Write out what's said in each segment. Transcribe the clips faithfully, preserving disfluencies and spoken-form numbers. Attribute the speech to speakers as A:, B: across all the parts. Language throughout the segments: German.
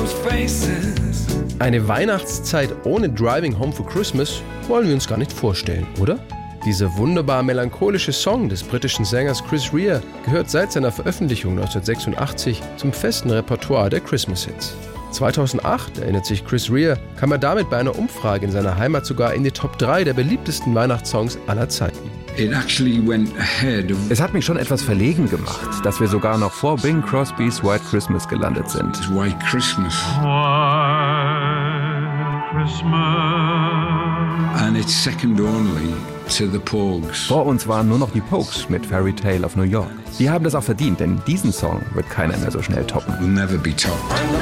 A: Eine Weihnachtszeit ohne Driving Home for Christmas wollen wir uns gar nicht vorstellen, oder? Dieser wunderbar melancholische Song des britischen Sängers Chris Rea gehört seit seiner Veröffentlichung neunzehnhundertsechsundachtzig zum festen Repertoire der Christmas-Hits. zweitausendacht, erinnert sich Chris Rea, kam er damit bei einer Umfrage in seiner Heimat sogar in die Top drei der beliebtesten Weihnachtssongs aller Zeiten.
B: Es hat mich schon etwas verlegen gemacht, dass wir sogar noch vor Bing Crosbys White Christmas gelandet sind.
C: White Christmas.
D: White Christmas.
C: And it's second only to the Pogues.
B: Vor uns waren nur noch die Pogues mit Fairy Tale of New York. Die haben das auch verdient, denn diesen Song wird keiner mehr so schnell toppen.
C: Will never be topped.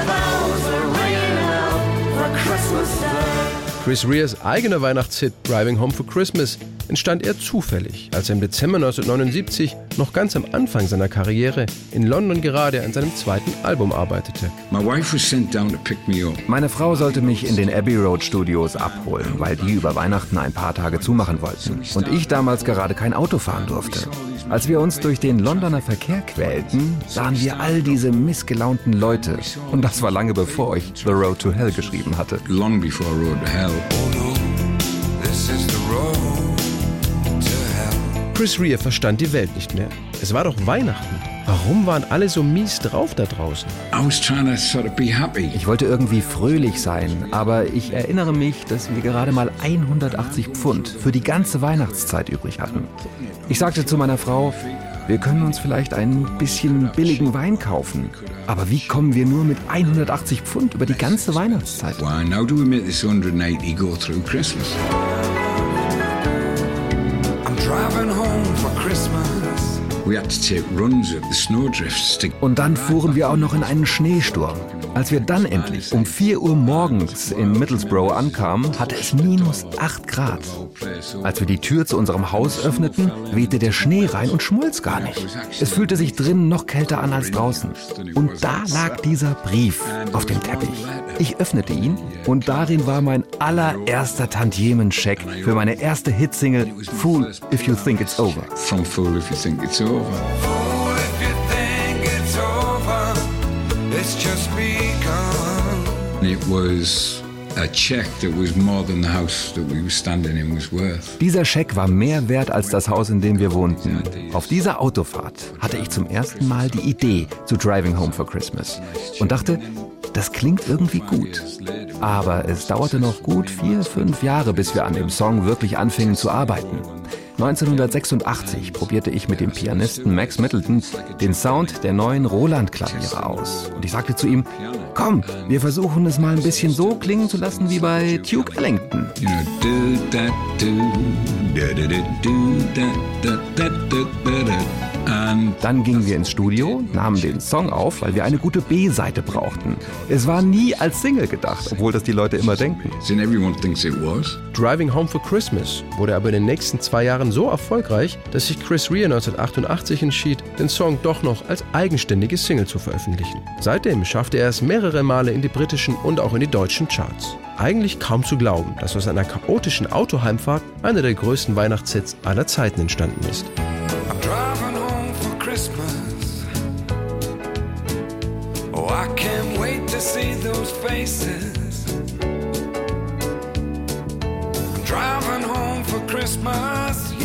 A: Chris Reas eigener Weihnachtshit Driving Home for Christmas entstand eher zufällig, als er im Dezember neunzehnhundertneunundsiebzig, noch ganz am Anfang seiner Karriere, in London gerade an seinem zweiten Album arbeitete.
C: My wife was sent down to pick me up.
B: Meine Frau sollte mich in den Abbey Road Studios abholen, weil die über Weihnachten ein paar Tage zumachen wollten und ich damals gerade kein Auto fahren durfte. Als wir uns durch den Londoner Verkehr quälten, sahen wir all diese missgelaunten Leute. Und das war lange bevor ich The Road to Hell geschrieben hatte.
C: Long before Road to Hell.
A: Chris Rea verstand die Welt nicht mehr. Es war doch Weihnachten. Warum waren alle so mies drauf da draußen?
C: I was trying to sort of be happy.
B: Ich wollte irgendwie fröhlich sein, aber ich erinnere mich, dass wir gerade mal hundertachtzig Pfund für die ganze Weihnachtszeit übrig hatten. Ich sagte zu meiner Frau, wir können uns vielleicht ein bisschen billigen Wein kaufen. Aber wie kommen wir nur mit hundertachtzig Pfund über die ganze Weihnachtszeit?
C: Why, now do we make this one hundred eighty go through Christmas? I'm driving home for Christmas. We had to take runs at the snowdrifts to...
B: Und dann fuhren wir auch noch in einen Schneesturm. Als wir dann endlich um vier Uhr morgens in Middlesbrough ankamen, hatte es minus acht Grad. Als wir die Tür zu unserem Haus öffneten, wehte der Schnee rein und schmolz gar nicht. Es fühlte sich drinnen noch kälter an als draußen. Und da lag dieser Brief auf dem Teppich. Ich öffnete ihn und darin war mein allererster Tantiemen-Scheck für meine erste Hitsingle Fool If You Think It's Over.
C: From Fool If You Think It's Over.
D: Fool if you think it's over, it's just begun.
C: It was a check that was more than the house that we were standing in was worth.
B: Dieser Scheck war mehr wert als das Haus, in dem wir wohnten. Auf dieser Autofahrt hatte ich zum ersten Mal die Idee zu Driving Home for Christmas und dachte, das klingt irgendwie gut. Aber es dauerte noch gut vier, fünf Jahre, bis wir an dem Song wirklich anfingen zu arbeiten. neunzehnhundertsechsundachtzig probierte ich mit dem Pianisten Max Middleton den Sound der neuen Roland-Klaviere aus. Und ich sagte zu ihm, komm, wir versuchen es mal ein bisschen so klingen zu lassen wie bei Duke Ellington.
C: You know, do that do, da da da do, da da da da da. And
B: Dann gingen wir ins Studio, nahmen den Song auf, weil wir eine gute B-Seite brauchten. Es war nie als Single gedacht, obwohl das die Leute immer denken.
C: and everyone thinks it was.
A: Driving Home for Christmas wurde aber in den nächsten zwei Jahren so erfolgreich, dass sich Chris Rea neunzehnhundertachtundachtzig entschied, den Song doch noch als eigenständige Single zu veröffentlichen. Seitdem schaffte er es mehrere Male in die britischen und auch in die deutschen Charts. Eigentlich kaum zu glauben, dass aus einer chaotischen Autoheimfahrt einer der größten Weihnachtshits aller Zeiten entstanden ist.
D: I'm driving home for Christmas. Oh, I can't wait to see those faces. I'm driving home for Christmas.